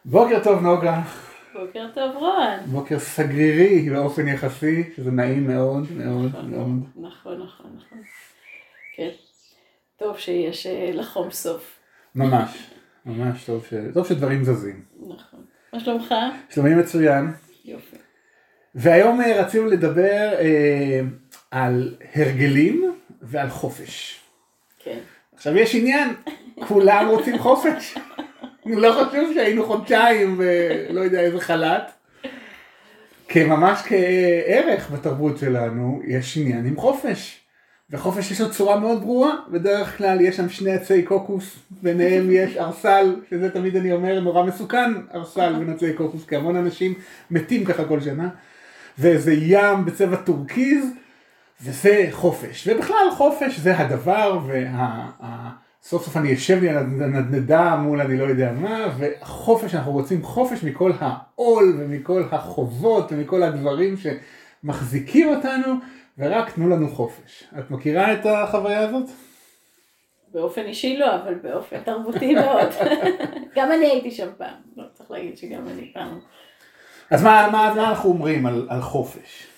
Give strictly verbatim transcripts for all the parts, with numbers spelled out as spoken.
בוקר טוב נוגה. בוקר טוב רון. בוקר סגרירי באופן יחסי, שזה נעים מאוד מאוד נכון, מאוד. נכון, נכון, נכון. כן, טוב שיש אה, לחום סוף. ממש, ממש טוב, ש... טוב שדברים זזים. נכון. מה שלומך? שלומי מצוין. יופי. והיום אה, רצינו לדבר אה, על הרגלים ועל חופש. כן. עכשיו יש עניין, כולם רוצים חופש. לא חשוב שהיינו חודשיים ולא יודע איזה חל"ת. כי ממש כערך בתרבות שלנו יש עניין עם חופש. וחופש יש לו צורה מאוד ברורה. בדרך כלל יש שם שני עצי קוקוס, ביניהם יש ארסל, שזה תמיד אני אומר נורא מסוכן, ארסל בין עצי קוקוס, כי המון אנשים מתים ככה כל שנה. וזה ים בצבע טורקיז, וזה חופש. ובכלל חופש זה הדבר, וסוף סוף אני אשב לי על הנדנדה מול אני לא יודע מה, וחופש, אנחנו רוצים חופש מכל העול ומכל החובות ומכל הדברים שמחזיקים אותנו, ורק תנו לנו חופש. את מכירה את החוויה הזאת? באופן אישי לא, אבל באופן תרבותי מאוד. גם אני הייתי שם פעם. לא צריך להגיד שגם אני פעם. אז מה, מה, מה אנחנו אומרים על, על חופש?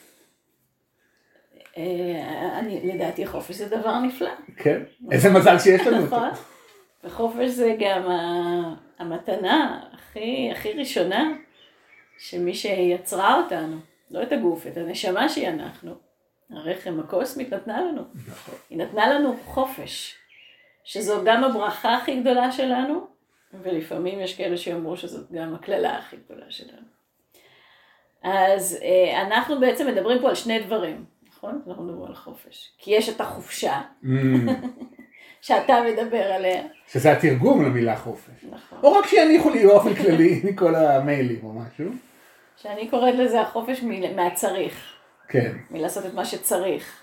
אני, לדעתי חופש זה דבר נפלא. כן, איזה מזל שיש לנו אותו. נכון. וחופש זה גם המתנה הכי, הכי ראשונה, שמי שיצרה אותנו, לא את הגוף, את הנשמה שהיא אנחנו, הרחם הקוסמית נתנה לנו. נכון. היא נתנה לנו חופש, שזו גם הברכה הכי גדולה שלנו, ולפעמים יש כאלה שאומרו שזאת גם הכללה הכי גדולה שלנו. אז אנחנו בעצם מדברים פה על שני דברים, נכון? אנחנו מדברים על חופש. כי יש את החופשה, שאתה מדבר עליה. שזה התרגום למילה חופש. נכון. או רק שיניחו לי באופן כללי מכל המיילים או משהו. שאני קוראת לזה החופש מהצריך. כן. מלעשות את מה שצריך.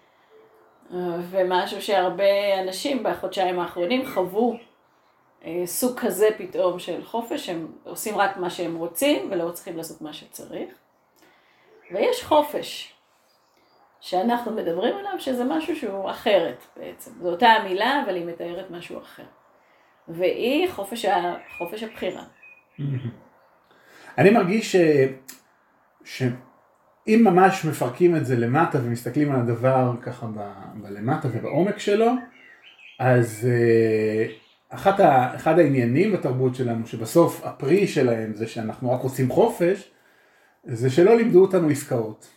ומשהו שהרבה אנשים בחודשיים האחרונים חוו סוג כזה פתאום של חופש, הם עושים רק מה שהם רוצים ולא צריכים לעשות מה שצריך. ויש חופש שאנחנו מדברים עליו, שזה משהו שהוא אחרת בעצם. זו אותה המילה, אבל היא מתארת משהו אחר. והיא חופש, ה... חופש הבחירה. אני מרגיש ש... שאם ממש מפרקים את זה למטה ומסתכלים על הדבר ככה ב... בלמטה ובעומק שלו, אז אחת ה... אחד העניינים בתרבות שלנו, שבסוף הפרי שלהם זה שאנחנו רק רוצים חופש, זה שלא לימדו אותנו עסקאות.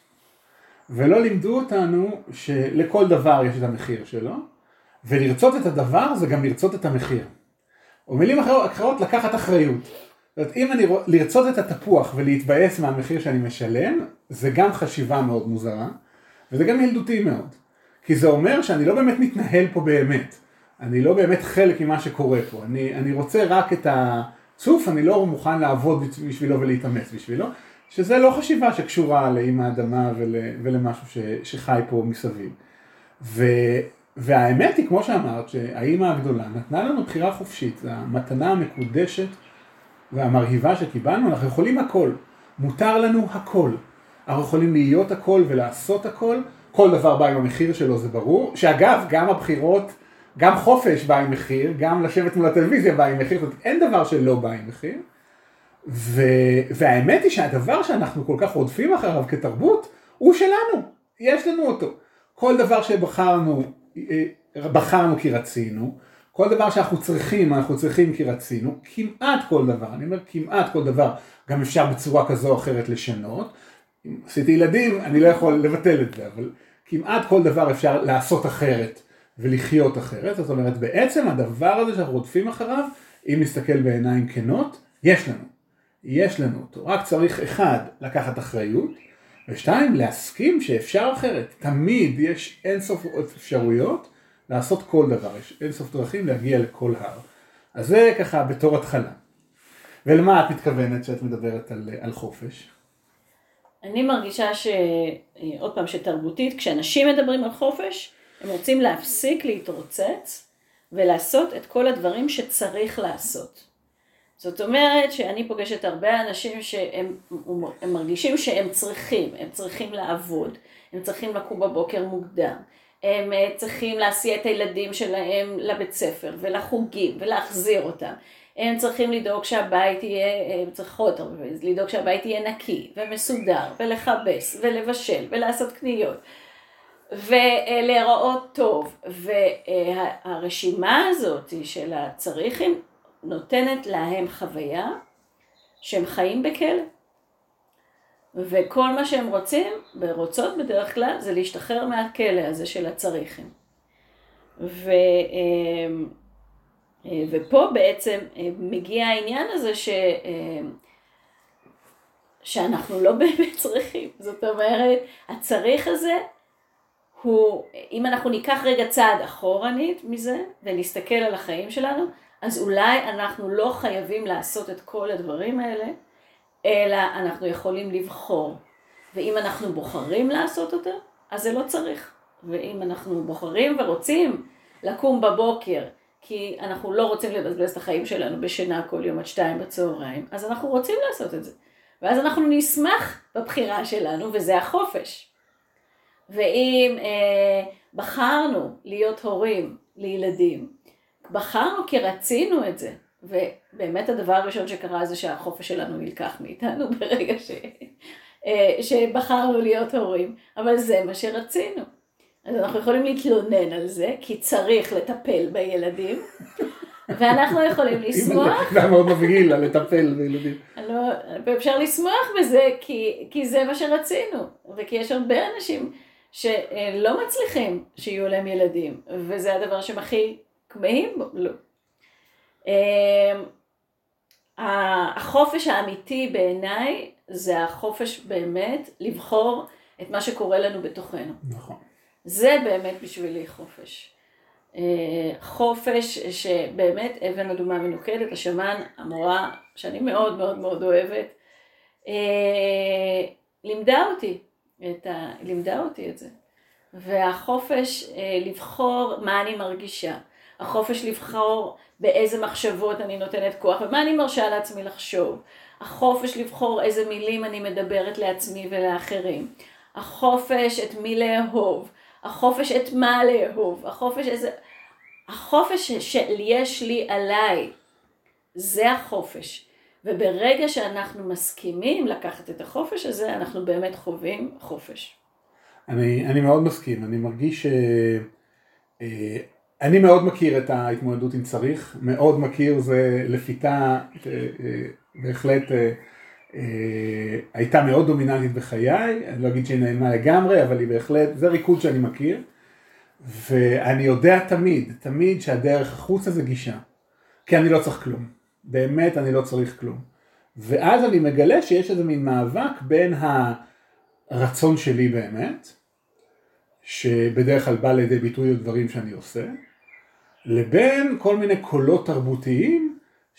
ולא לימדו אותנו שלכל דבר יש את המחיר שלו, ולרצות את הדבר זה גם לרצות את המחיר. או מילים אחרות, לקחת אחריות. זאת אומרת, אם אני לרצות את התפוח ולהתבאס מהמחיר שאני משלם, זה גם חשיבה מאוד מוזרה, וזה גם ילדותי מאוד. כי זה אומר שאני לא באמת מתנהל פה באמת. אני לא באמת חלק ממה שקורה פה. אני, אני רוצה רק את הצוף, אני לא מוכן לעבוד בשבילו ולהתאמץ בשבילו. שזה לא חשיבה שקשורה לאמא האדמה ול, ולמשהו ש, שחי פה מסביב. ו, והאמת היא, כמו שאמרת, שהאמא הגדולה נתנה לנו בחירה חופשית, זו המתנה המקודשת והמרהיבה שקיבלנו, אנחנו יכולים הכל, מותר לנו הכל. אנחנו יכולים להיות הכל ולעשות הכל, כל דבר בא עם המחיר שלו, זה ברור. שאגב, גם הבחירות, גם חופש בא עם מחיר, גם לשבת מול הטלוויזיה בא עם מחיר, זאת אומרת, אין דבר שלא בא עם מחיר. ו... והאמת היא שהדבר שאנחנו כל כך רודפים אחריו כתרבות, הוא שלנו, יש לנו אותו. כל דבר שבחרנו, בחרנו כי רצינו, כל דבר שאנחנו צריכים, אנחנו צריכים כי רצינו, כמעט כל דבר, אני אומר כמעט כל דבר, גם אפשר בצורה כזו או אחרת לשנות. אם עשיתי ילדים, אני לא יכול לבטל את זה, אבל כמעט כל דבר אפשר לעשות אחרת ולחיות אחרת. זאת אומרת, בעצם הדבר הזה שאנחנו רודפים אחריו, אם נסתכל בעיניים כנות, יש לנו. יש לנו אותו, רק צריך אחד, לקחת אחריות, ושתיים, להסכים שאפשר אחרת. תמיד יש אינסוף אפשרויות לעשות כל דבר, יש אינסוף דרכים להגיע לכל הר. אז זה ככה בתור התחלה. ולמה את מתכוונת שאת מדברת על, על חופש? אני מרגישה ש... עוד פעם שתרבותית, כשאנשים מדברים על חופש, הם רוצים להפסיק להתרוצץ, ולעשות את כל הדברים שצריך לעשות. זאת אומרת שאני פוגשת הרבה אנשים שהם הם מרגישים שהם צריכים, הם צריכים לעבוד, הם צריכים לקום בבוקר מוקדם, הם צריכים להסיע את הילדים שלהם לבית ספר ולחוגים ולהחזיר אותם, הם צריכים לדאוג שהבית יהיה, הם צריכות לדאוג שהבית יהיה נקי ומסודר ולחבס ולבשל ולעשות קניות ולהיראות טוב. והרשימה הזאת של הצריכים נותנת להם חוויה שהם חיים בכלא. וכל מה שהם רוצים ורוצות בדרך כלל זה להשתחרר מהכלא הזה של הצריכים. ו... ופה בעצם מגיע העניין הזה ש... שאנחנו לא באמת צריכים. זאת אומרת, הצריך הזה הוא, אם אנחנו ניקח רגע צעד אחורנית מזה ונסתכל על החיים שלנו, אז אולי אנחנו לא חייבים לעשות את כל הדברים האלה, אלא אנחנו יכולים לבחור. ואם אנחנו בוחרים לעשות אותה, אז זה לא צריך. ואם אנחנו בוחרים ורוצים לקום בבוקר, כי אנחנו לא רוצים לבזבז את החיים שלנו בשינה כל יום עד שתיים בצהריים, אז אנחנו רוצים לעשות את זה. ואז אנחנו נשמח בבחירה שלנו, וזה החופש. ואם אה, בחרנו להיות הורים לילדים, בחרנו כי רצינו את זה, ובאמת הדבר הראשון שקרה זה שהחופש שלנו נלקח מאיתנו ברגע ש... אה, שבחרנו להיות הורים, אבל זה מה שרצינו. אז אנחנו יכולים להתלונן על זה, כי צריך לטפל בילדים, ואנחנו יכולים לשמוח. זה מאוד מבהיל, לטפל בילדים. ואפשר לשמוח בזה, כי, כי זה מה שרצינו, וכי יש הרבה אנשים שלא מצליחים שיהיו להם ילדים, וזה הדבר שהם הכי כמהים בו, לא. החופש האמיתי בעיניי, זה החופש באמת לבחור את מה שקורה לנו בתוכנו. נכון. זה באמת בשבילי חופש. חופש שבאמת אבן אדומה מנוקדת, השמן, המורה שאני מאוד מאוד מאוד אוהבת, לימדה אותי, את ה... לימדה אותי את זה. והחופש לבחור מה אני מרגישה. החופש לבחור באיזה מחשבות אני נותנת כוח, ומה אני מרשה לעצמי לחשוב. החופש לבחור איזה מילים אני מדברת לעצמי ולאחרים. החופש את מי לאהוב. החופש את מה לאהוב, החופש איזה, החופש שיש לי עליי, זה החופש. וברגע שאנחנו מסכימים לקחת את החופש הזה, אנחנו באמת חווים חופש. אני, אני מאוד מסכים, אני מרגיש ש... אני מאוד מכיר את ההתמודדות עם צריך, מאוד מכיר, זה לפיתה בהחלט הייתה מאוד דומיננטית בחיי, אני לא אגיד שהיא נעלמה לגמרי, אבל היא בהחלט, זה ריקוד שאני מכיר, ואני יודע תמיד, תמיד שהדרך החוצה זה גישה, כי אני לא צריך כלום, באמת אני לא צריך כלום, ואז אני מגלה שיש איזה מין מאבק בין הרצון שלי באמת, שבדרך כלל בא לידי ביטוי לדברים שאני עושה, לבין כל מיני קולות תרבותיים,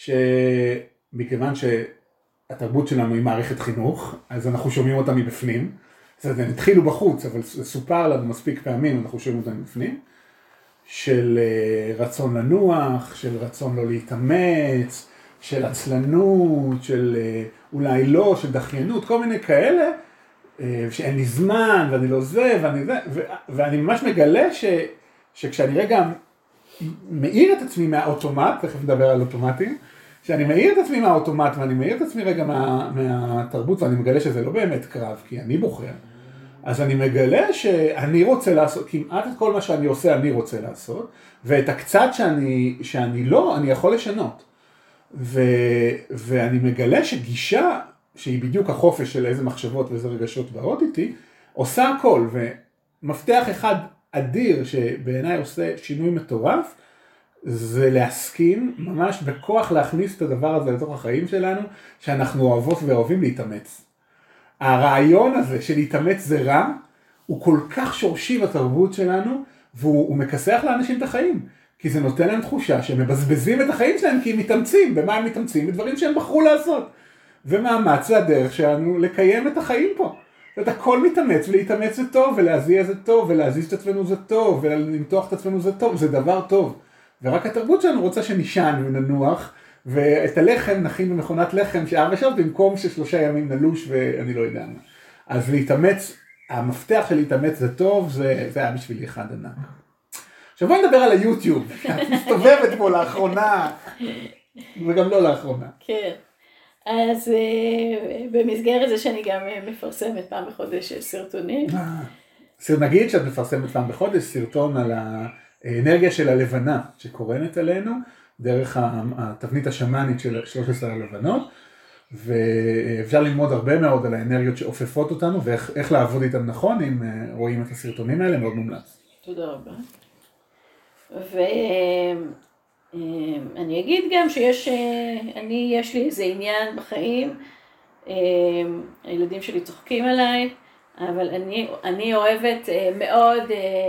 שמכיוון שהתרבות שלנו היא מערכת חינוך, אז אנחנו שומעים אותה מבפנים, זאת אומרת, הם התחילו בחוץ, אבל סופר לנו מספיק פעמים, אנחנו שומעים אותה מבפנים, של רצון לנוח, של רצון לא להתאמץ, של עצלנות, של אולי לא, של דחיינות, כל מיני כאלה, שאין לי זמן, ואני לא זה, ואני זה, ו- ואני ממש מגלה ש- שכשאני רגע מאיר את עצמי מהאוטומט, תכף נדבר על אוטומטים, שאני מאיר את עצמי מהאוטומט, ואני מאיר את עצמי רגע מה, מהתרבות, ואני מגלה שזה לא באמת קרב, כי אני בוחר, אז אני מגלה שאני רוצה לעשות, כמעט את כל מה שאני עושה, אני רוצה לעשות, ואת הקצת שאני, שאני לא, אני יכול לשנות. ו- ואני מגלה שגישה, שהיא בדיוק החופש של איזה מחשבות ואיזה רגשות באות איתי, עושה הכל, ומפתח אחד אדיר שבעיניי עושה שינוי מטורף, זה להסכים ממש בכוח להכניס את הדבר הזה לתוך החיים שלנו, שאנחנו אוהבות ואוהבים להתאמץ. הרעיון הזה של להתאמץ זה רע, הוא כל כך שורשי בתרבות שלנו, והוא מכסח לאנשים את החיים, כי זה נותן להם תחושה שהם מבזבזים את החיים שלהם, כי הם מתאמצים, במה הם מתאמצים? בדברים שהם בחרו לעשות. ומאמץ זה הדרך שלנו לקיים את החיים פה. זאת אומרת, הכל מתאמץ, ולהתאמץ זה טוב, ולהזיע זה טוב, ולהזיז את עצמנו זה טוב, ולמתוח את עצמנו זה טוב, זה דבר טוב. ורק התרבות שלנו רוצה שנשען וננוח, ואת הלחם נכין במכונת לחם שארבע שעות, במקום ששלושה ימים נלוש ואני לא יודע מה. אז להתאמץ, המפתח של להתאמץ זה טוב, זה, זה היה בשבילי אחד ענק. עכשיו בואי נדבר על היוטיוב, את מסתובבת פה לאחרונה, וגם לא לאחרונה. כן. אז במסגרת זה שאני גם מפרסמת פעם בחודש סרטונים. נגיד שאת מפרסמת פעם בחודש סרטון על האנרגיה של הלבנה שקורנת עלינו, דרך התבנית השמאנית של שלוש עשרה הלבנות, ואפשר ללמוד הרבה מאוד על האנרגיות שאופפות אותנו, ואיך לעבוד איתן נכון, אם רואים את הסרטונים האלה, מאוד מומלץ. תודה רבה. ואני אגיד גם שיש, אני, יש לי איזה עניין בחיים, הילדים שלי צוחקים עליי, אבל אני, אני אוהבת מאוד,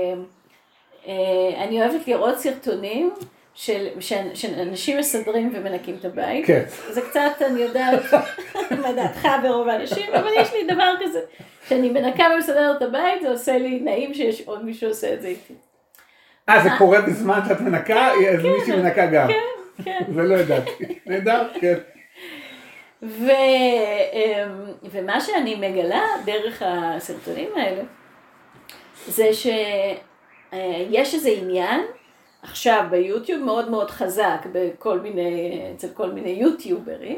אני אוהבת לראות סרטונים, של, שאנשים מסדרים ומנקים את הבית. כן. זה קצת, אני יודעת, מה דעתך ברוב האנשים, אבל יש לי דבר כזה, שאני מנקה ומסדרת את הבית, זה עושה לי נעים שיש עוד מישהו עושה את זה איתי. אה, זה קורה בזמן שאת מנקה, אז מישהי מנקה גם. כן, כן. זה לא ידעתי. נהדר, כן. ומה שאני מגלה דרך הסרטונים האלה, זה שיש איזה עניין, עכשיו ביוטיוב מאוד מאוד חזק בכל מיני, אצל כל מיני יוטיוברים,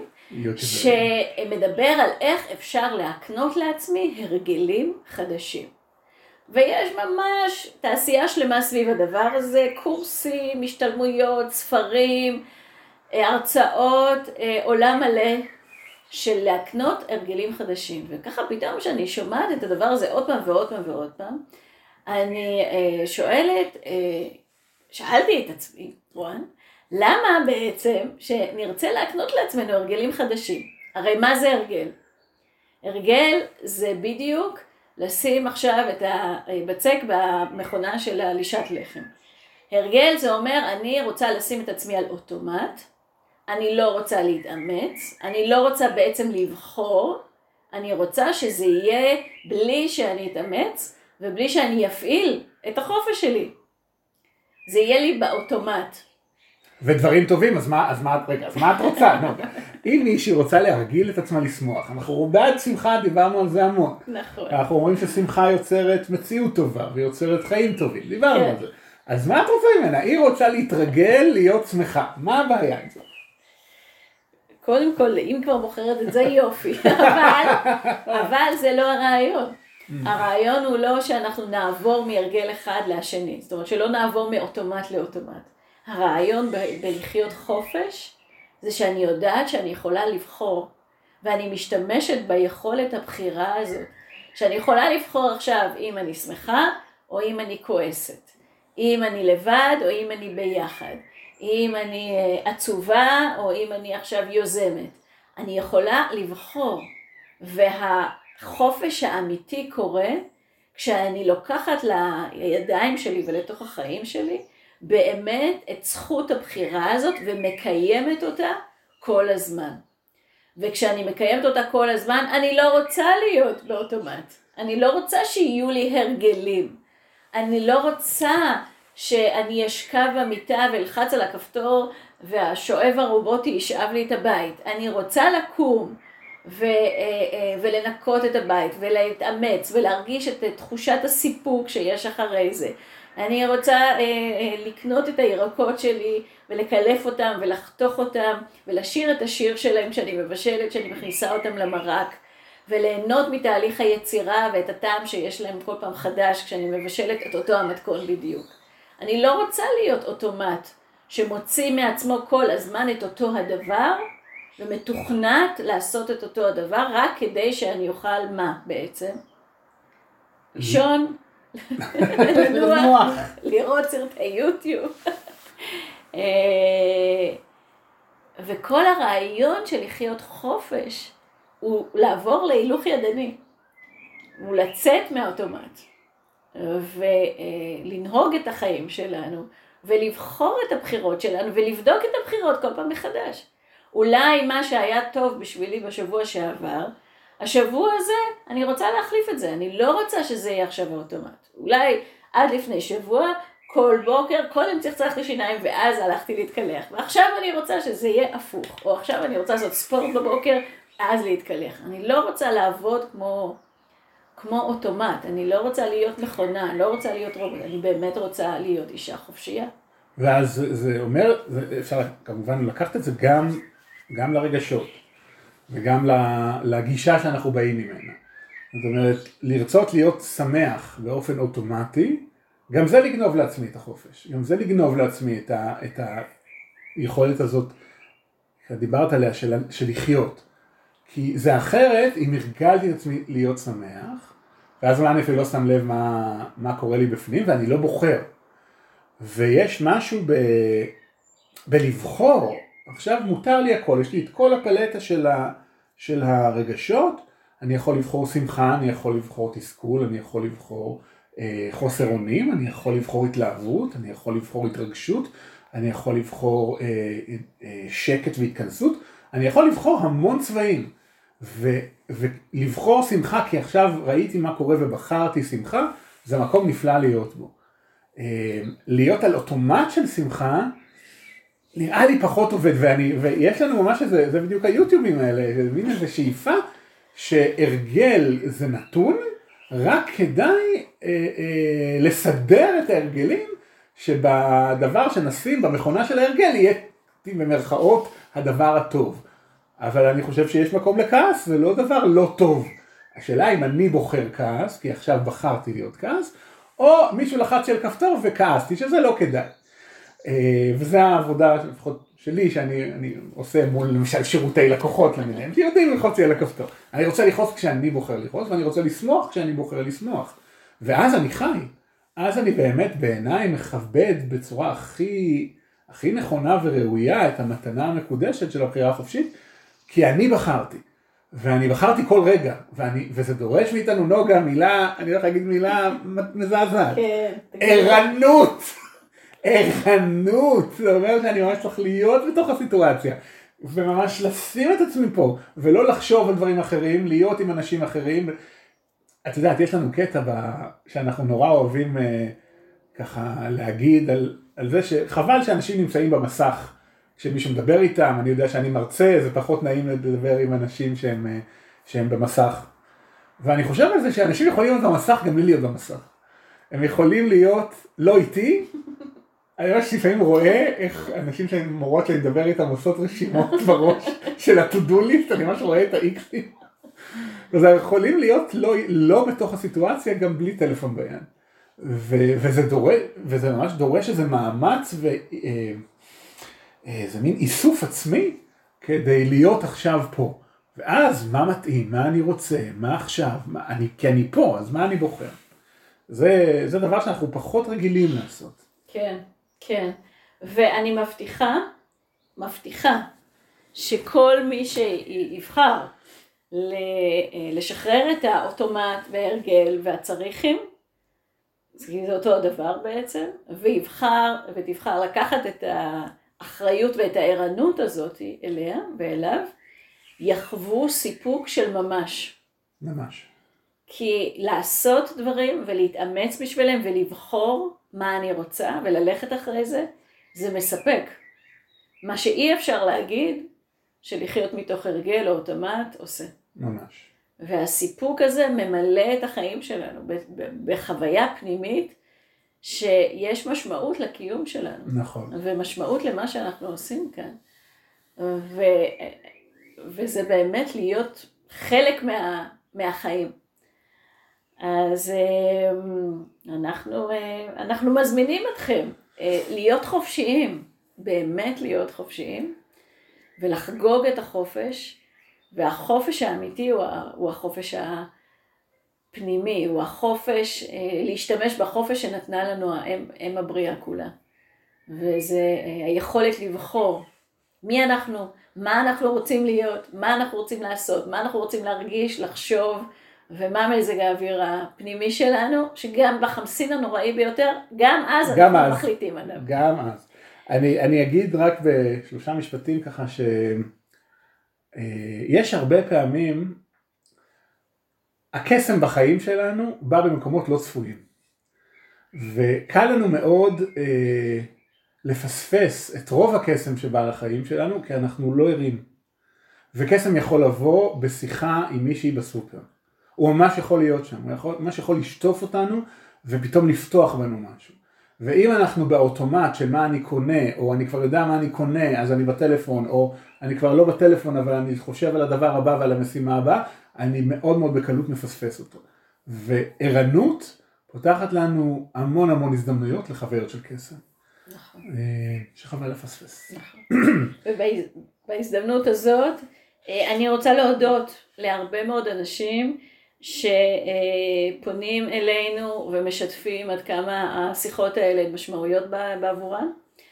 שמדבר על איך אפשר להקנות לעצמי הרגלים חדשים. ויש ממש תעשייה שלמה סביב הדבר הזה, קורסים, השתלמויות, ספרים, הרצאות, עולם מלא של להקנות הרגלים חדשים. וככה פתאום שאני שומעת את הדבר הזה עוד פעם ועוד פעם ועוד פעם, אני שואלת, שאלתי את עצמי, רואן, למה בעצם שנרצה להקנות לעצמנו הרגלים חדשים? הרי מה זה הרגל? הרגל זה בדיוק לשים עכשיו את הבצק במכונה של הלישת לחם. הרגל זה אומר, אני רוצה לשים את עצמי על אוטומט, אני לא רוצה להתאמץ, אני לא רוצה בעצם לבחור, אני רוצה שזה יהיה בלי שאני אתאמץ, ובלי שאני אפעיל את החופש שלי. זה יהיה לי באוטומט. ודברים טובים, אז מה, אז מה, רגע, אז מה את רוצה? לא, אם מישהי רוצה להרגיל את עצמה לשמוח, אנחנו בעד שמחה, דיברנו על זה המון. נכון. אנחנו אומרים ששמחה יוצרת מציאות טובה, ויוצרת חיים טובים, דיברנו על זה. אז מה את רוצה ממנה? היא רוצה להתרגל, להיות שמחה. מה הבעיה עם זה? קודם כל, אם כבר בוחרת את זה יופי, אבל, אבל זה לא הרעיון. הרעיון הוא לא שאנחנו נעבור מהרגל אחד לשני, זאת אומרת שלא נעבור מאוטומט לאוטומט. הרעיון ב- בלחיות חופש זה שאני יודעת שאני יכולה לבחור, ואני משתמשת ביכולת הבחירה הזאת, שאני יכולה לבחור עכשיו אם אני שמחה או אם אני כועסת, אם אני לבד או אם אני ביחד, אם אני עצובה או אם אני עכשיו יוזמת. אני יכולה לבחור, והחופש האמיתי קורה כשאני לוקחת לידיים שלי ולתוך החיים שלי באמת את זכות הבחירה הזאת ומקיימת אותה כל הזמן. וכשאני מקיימת אותה כל הזמן, אני לא רוצה להיות באוטומט. אני לא רוצה שיהיו לי הרגלים. אני לא רוצה שאני אשכב במיטה ולחץ על הכפתור והשואב הרובוטי ישאב לי את הבית. אני רוצה לקום ו- ולנקות את הבית ולהתאמץ ולהרגיש את תחושת הסיפוק שיש אחרי זה. אני רוצה אה, אה, לקנות את הירקות שלי ולקלף אותם ולחתוך אותם ולשיר את השיר שלהם כשאני מבשלת, כשאני מכניסה אותם למרק, וליהנות מתהליך היצירה ואת הטעם שיש להם כל פעם חדש כשאני מבשלת את אותו המתכון בדיוק. אני לא רוצה להיות אוטומט שמוציא מעצמו כל הזמן את אותו הדבר ומתוכנת לעשות את אותו הדבר רק כדי שאני אוכל מה בעצם? לישון, לנוח, לראות סרטי יוטיוב. וכל הרעיון של לחיות חופש הוא לעבור להילוך ידני, הוא לצאת מהאוטומט ולנהוג את החיים שלנו ולבחור את הבחירות שלנו ולבדוק את הבחירות כל פעם מחדש. אולי מה שהיה טוב בשבילי בשבוע שעבר, השבוע הזה אני רוצה להחליף את זה, אני לא רוצה שזה יהיה עכשיו האוטומט. אולי עד לפני שבוע, כל בוקר, קודם צחצחתי שיניים ואז הלכתי להתקלח. ועכשיו אני רוצה שזה יהיה הפוך, או עכשיו אני רוצה לעשות ספורט בבוקר, אז להתקלח. אני לא רוצה לעבוד כמו, כמו אוטומט, אני לא רוצה להיות מכונה, אני לא רוצה להיות רובוט, אני באמת רוצה להיות אישה חופשייה. ואז זה אומר, אפשר כמובן לקחת את זה גם, גם לרגשות, וגם לגישה שאנחנו באים ממנה. זאת אומרת, לרצות להיות שמח באופן אוטומטי, גם זה לגנוב לעצמי את החופש, גם זה לגנוב לעצמי את, ה, את היכולת הזאת, שדיברת עליה, של, של לחיות. כי זה אחרת, אם הרגלתי את עצמי להיות שמח, ואז מה אני אפילו לא שם לב מה, מה קורה לי בפנים, ואני לא בוחר. ויש משהו ב, בלבחור, עכשיו מותר לי הכל, יש לי את כל הפלטה של, ה, של הרגשות, אני יכול לבחור שמחה, אני יכול לבחור תסכול, אני יכול לבחור אה, חוסר אונים, אני יכול לבחור התלהבות, אני יכול לבחור התרגשות, אני יכול לבחור אה, אה, שקט והתכנסות, אני יכול לבחור המון צבעים, ו, ולבחור שמחה, כי עכשיו ראיתי מה קורה ובחרתי שמחה, זה מקום נפלא להיות בו. אה, להיות על אוטומט של שמחה, נראה לי פחות עובד, ואני, ויש לנו ממש איזה, זה בדיוק היוטיובים האלה, זה מין איזה שאיפה, שהרגל זה נתון, רק כדאי אה, אה, לסדר את ההרגלים, שבדבר שנשים במכונה של ההרגל יהיה במרכאות הדבר הטוב. אבל אני חושב שיש מקום לכעס, ולא דבר לא טוב. השאלה אם אני בוחר כעס, כי עכשיו בחרתי להיות כעס, או מישהו לחץ של כפתור וכעסתי, שזה לא כדאי. וזה העבודה לפחות שלי, שאני אני עושה מול למשל שירותי לקוחות למיניהם, שיודעים ללחוץ לי על הכפתור. אני רוצה לכעוס כשאני בוחר לכעוס, ואני רוצה לשמוח כשאני בוחר לשמוח. ואז אני חי. אז אני באמת בעיניי מכבד בצורה הכי, הכי נכונה וראויה את המתנה המקודשת של הבחירה החופשית, כי אני בחרתי. ואני בחרתי כל רגע, ואני, וזה דורש מאיתנו נוגה מילה, אני הולך להגיד מילה מזעזעת. כן. ערנות. ערנות. זה אומר שאני ממש צריך להיות בתוך הסיטואציה, וממש לשים את עצמי פה, ולא לחשוב על דברים אחרים, להיות עם אנשים אחרים. את יודעת, יש לנו קטע ב... שאנחנו נורא אוהבים אה, ככה להגיד על, על זה שחבל שאנשים נמצאים במסך, כשמישהו מדבר איתם, אני יודע שאני מרצה, זה פחות נעים לדבר עם אנשים שהם, שהם במסך. ואני חושב על זה שאנשים יכולים להיות במסך גם בלי להיות במסך. הם יכולים להיות לא איתי, אני ממש לפעמים רואה איך אנשים שמורות שאני מדבר איתם עושות רשימות בראש של הטודוליסט, אני ממש רואה את האיקסים. אז הם יכולים להיות לא, לא בתוך הסיטואציה גם בלי טלפון ביד. ו, וזה, דורש, וזה ממש דורש איזה מאמץ ו... זה מין איסוף עצמי כדי להיות עכשיו פה. ואז מה מתאים, מה אני רוצה, מה עכשיו, מה, אני, כי אני פה, אז מה אני בוחר? זה, זה דבר שאנחנו פחות רגילים לעשות. כן, כן. ואני מבטיחה, מבטיחה, שכל מי שיבחר לשחרר את האוטומט וההרגל והצריכים, זה אותו הדבר בעצם, ויבחר, ותבחר לקחת את ה... האחריות ואת הערנות הזאת אליה ואליו, יחוו סיפוק של ממש. ממש. כי לעשות דברים ולהתאמץ בשבילם ולבחור מה אני רוצה וללכת אחרי זה, זה מספק. מה שאי אפשר להגיד, שלחיות מתוך הרגל או אוטומט עושה. ממש. והסיפוק הזה ממלא את החיים שלנו בחוויה פנימית, שיש משמעות לקיום שלנו. נכון. ומשמעות למה שאנחנו עושים כאן. ו... וזה באמת להיות חלק מה... מהחיים. אז אנחנו, אנחנו מזמינים אתכם להיות חופשיים, באמת להיות חופשיים, ולחגוג את החופש, והחופש האמיתי הוא החופש ה... פנימי, הוא החופש, להשתמש בחופש שנתנה לנו האם, אם הבריאה כולה. וזה היכולת לבחור מי אנחנו, מה אנחנו רוצים להיות, מה אנחנו רוצים לעשות, מה אנחנו רוצים להרגיש, לחשוב, ומה מזג האוויר הפנימי שלנו, שגם בחמסין הנוראי ביותר, גם אז גם אנחנו אז, מחליטים עליו. גם אז. אני, אני אגיד רק בשלושה משפטים ככה שיש הרבה פעמים, הקסם בחיים שלנו בא במקומות לא צפויים. וקל לנו מאוד אה, לפספס את רוב הקסם שבא לחיים שלנו, כי אנחנו לא ערים. וקסם יכול לבוא בשיחה עם מישהי בסופר. הוא ממש יכול להיות שם, הוא יכול, ממש יכול לשטוף אותנו, ופתאום לפתוח בנו משהו. ואם אנחנו באוטומט של מה אני קונה, או אני כבר יודע מה אני קונה, אז אני בטלפון, או אני כבר לא בטלפון, אבל אני חושב על הדבר הבא ועל המשימה הבאה, אני מאוד מאוד בקלות מפספס אותו. וערנות פותחת לנו המון המון הזדמנויות לחוויות של קסם. נכון. שחבל לפספס. נכון. ובהזדמנות הזאת, אני רוצה להודות להרבה מאוד אנשים שפונים אלינו ומשתפים עד כמה השיחות האלה משמעויות בעבורן.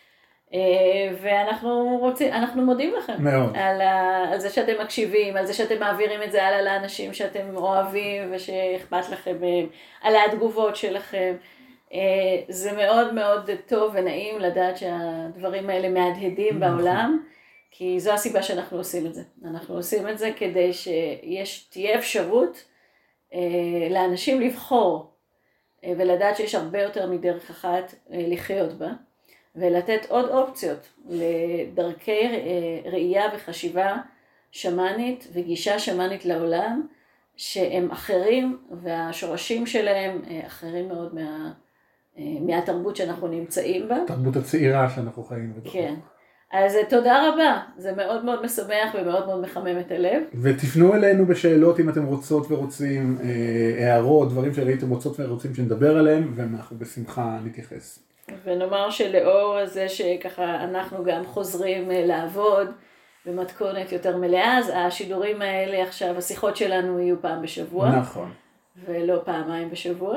ואנחנו רוצים, אנחנו מודים לכם. מאוד. על, ה, על זה שאתם מקשיבים, על זה שאתם מעבירים את זה הלאה לאנשים שאתם אוהבים ושאכפת לכם מהם, על התגובות שלכם. זה מאוד מאוד טוב ונעים לדעת שהדברים האלה מהדהדים בעולם, כי זו הסיבה שאנחנו עושים את זה. אנחנו עושים את זה כדי שיש, תהיה אפשרות לאנשים לבחור ולדעת שיש הרבה יותר מדרך אחת לחיות בה, ולתת עוד אופציות לדרכי ראייה וחשיבה שמנית וגישה שמנית לעולם, שהם אחרים והשורשים שלהם אחרים מאוד מה, מהתרבות שאנחנו נמצאים בה. התרבות הצעירה שאנחנו חיים בתוכה. כן. אז תודה רבה, זה מאוד מאוד משמח ומאוד מאוד מחמם את הלב. ותפנו אלינו בשאלות אם אתם רוצות ורוצים, הערות, דברים שראיתם רוצות ורוצים שנדבר עליהם, ואנחנו בשמחה נתייחס. ונאמר שלאור הזה שככה אנחנו גם חוזרים לעבוד במתכונת יותר מלאה, אז השידורים האלה עכשיו, השיחות שלנו יהיו פעם בשבוע. נכון. ולא פעמיים בשבוע.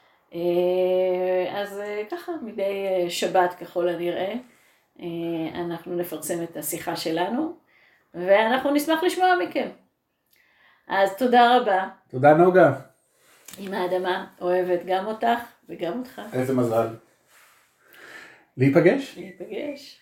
אז ככה, מדי שבת ככל הנראה, אנחנו נפרסם את השיחה שלנו, ואנחנו נשמח לשמוע מכם. אז תודה רבה. תודה נוגה. אמא האדמה אוהבת גם אותך וגם אותך. איזה מזל. להיפגש? להיפגש.